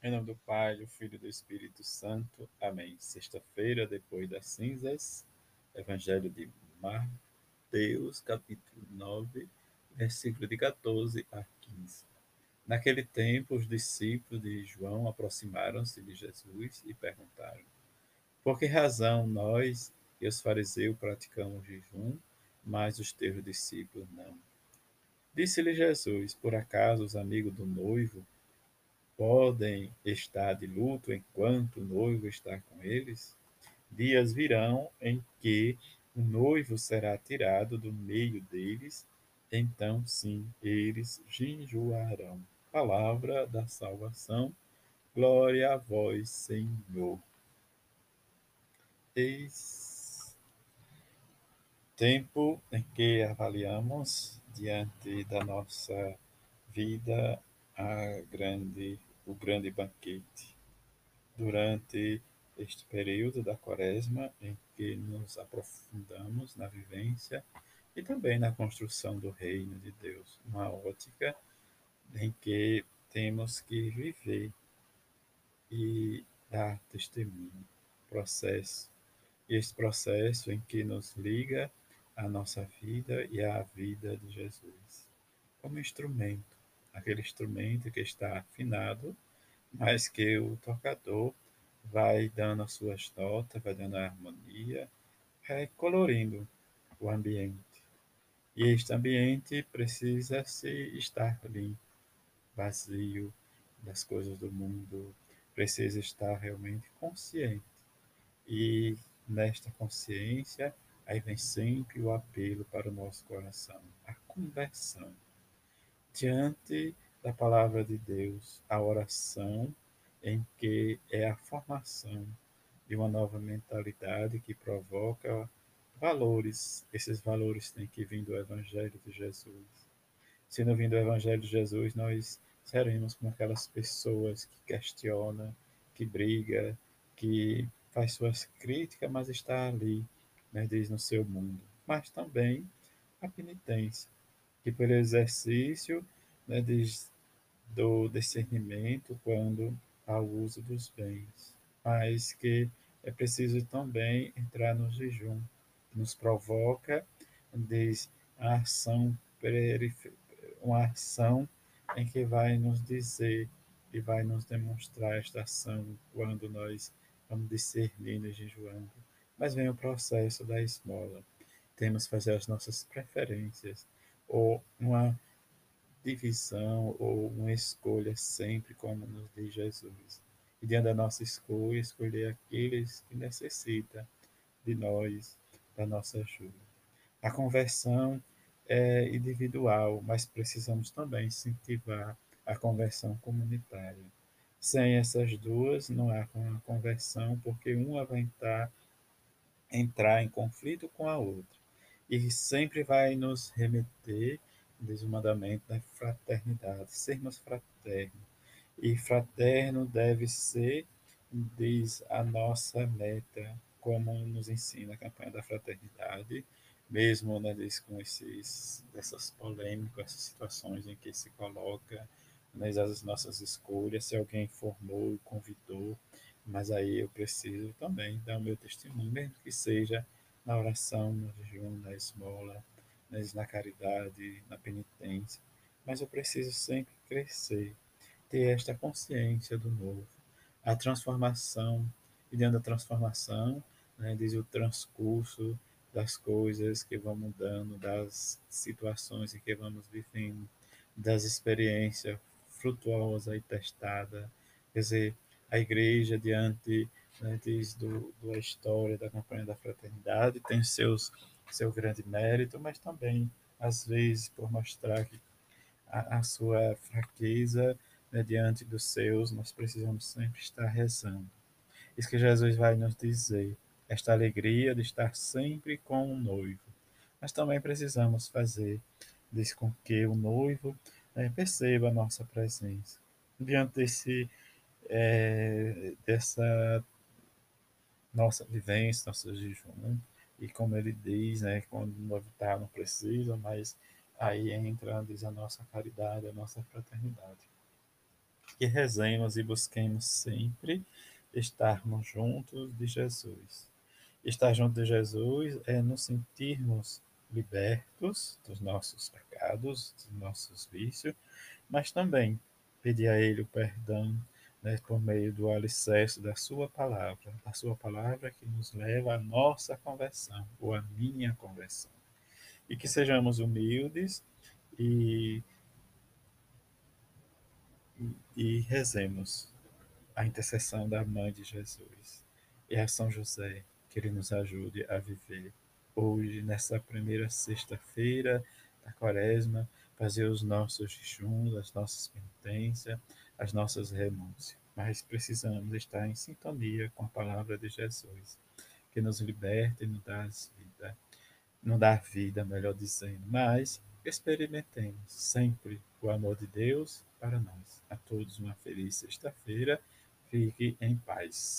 Em nome do Pai, do Filho e do Espírito Santo. Amém. Sexta-feira, depois das cinzas, Evangelho de Mateus, capítulo 9, versículo de 14 a 15. Naquele tempo, os discípulos de João aproximaram-se de Jesus e perguntaram: Por que razão nós e os fariseus praticamos jejum, mas os teus discípulos não? Disse-lhe Jesus: Por acaso os amigos do noivo podem estar de luto enquanto o noivo está com eles? Dias virão em que o noivo será tirado do meio deles, então sim, eles jejuarão. Palavra da salvação, glória a vós, Senhor. Eis tempo em que avaliamos diante da nossa vida o grande banquete. Durante este período da Quaresma, em que nos aprofundamos na vivência e também na construção do reino de Deus, uma ótica em que temos que viver e dar testemunho, processo, este processo em que nos liga a nossa vida e à vida de Jesus, como instrumento, aquele instrumento que está afinado, mas que o tocador vai dando as suas notas, vai dando a harmonia, vai colorindo o ambiente. E este ambiente precisa se estar limpo, vazio das coisas do mundo, precisa estar realmente consciente. E nesta consciência, aí vem sempre o apelo para o nosso coração, a conversão. Diante da palavra de Deus, a oração em que é a formação de uma nova mentalidade que provoca valores. Esses valores têm que vir do Evangelho de Jesus. Se não vir do Evangelho de Jesus, nós seremos como aquelas pessoas que questionam, que briga, que faz suas críticas, mas está ali, né, diz no seu mundo. Mas também a penitência, que pelo exercício, né, diz do discernimento quando ao uso dos bens, mas que é preciso também entrar no jejum, que nos provoca, diz, a ação, uma ação em que vai nos dizer e vai nos demonstrar esta ação quando nós vamos discernindo e jejuando. Mas vem o processo da esmola. Temos que fazer as nossas preferências, ou uma divisão ou uma escolha sempre como nos diz Jesus. E diante da nossa escolha, escolher aqueles que necessitam de nós, da nossa ajuda. A conversão é individual, mas precisamos também incentivar a conversão comunitária. Sem essas duas, não há uma conversão, porque uma vai entrar em conflito com a outra. E sempre vai nos remeter, diz o mandamento da fraternidade, sermos fraternos. E fraterno deve ser, diz a nossa meta, como nos ensina a campanha da fraternidade, mesmo, né, diz, com essas polêmicas, essas situações em que se coloca, né, as nossas escolhas, se alguém formou e convidou, mas aí eu preciso também dar o meu testemunho, mesmo que seja na oração, no jejum, na esmola, na caridade, na penitência, mas eu preciso sempre crescer, ter esta consciência do novo, a transformação, e dentro da transformação, né, diz o transcurso das coisas que vão mudando, das situações em que vamos vivendo, das experiências frutuosas e testadas, quer dizer, a igreja diante, né, diz da história da campanha da fraternidade tem seu grande mérito, mas também às vezes por mostrar que a sua fraqueza, né, diante dos seus, nós precisamos sempre estar rezando. Isso que Jesus vai nos dizer, esta alegria de estar sempre com o noivo. Mas também precisamos fazer disso com que o noivo, né, perceba a nossa presença. Diante dessa nossa vivência, nosso jejum, e como ele diz, né, quando o noivo está, não precisa, mas aí entra, diz, a nossa caridade, a nossa fraternidade. que rezemos e busquemos sempre estarmos juntos de Jesus. Estar junto de Jesus é nos sentirmos libertos dos nossos pecados, dos nossos vícios, mas também pedir a Ele o perdão, né, por meio do alicerce da Sua palavra que nos leva à nossa conversão, ou à minha conversão. E que sejamos humildes e, e rezemos a intercessão da Mãe de Jesus e a São José, que Ele nos ajude a viver hoje, nessa primeira sexta-feira da Quaresma, fazer os nossos jejuns, as nossas penitências, as nossas renúncias. Mas precisamos estar em sintonia com a palavra de Jesus, que nos liberta e nos dá vida, não dá vida, melhor dizendo, mas experimentemos sempre o amor de Deus para nós. A todos uma feliz sexta-feira. Fique em paz.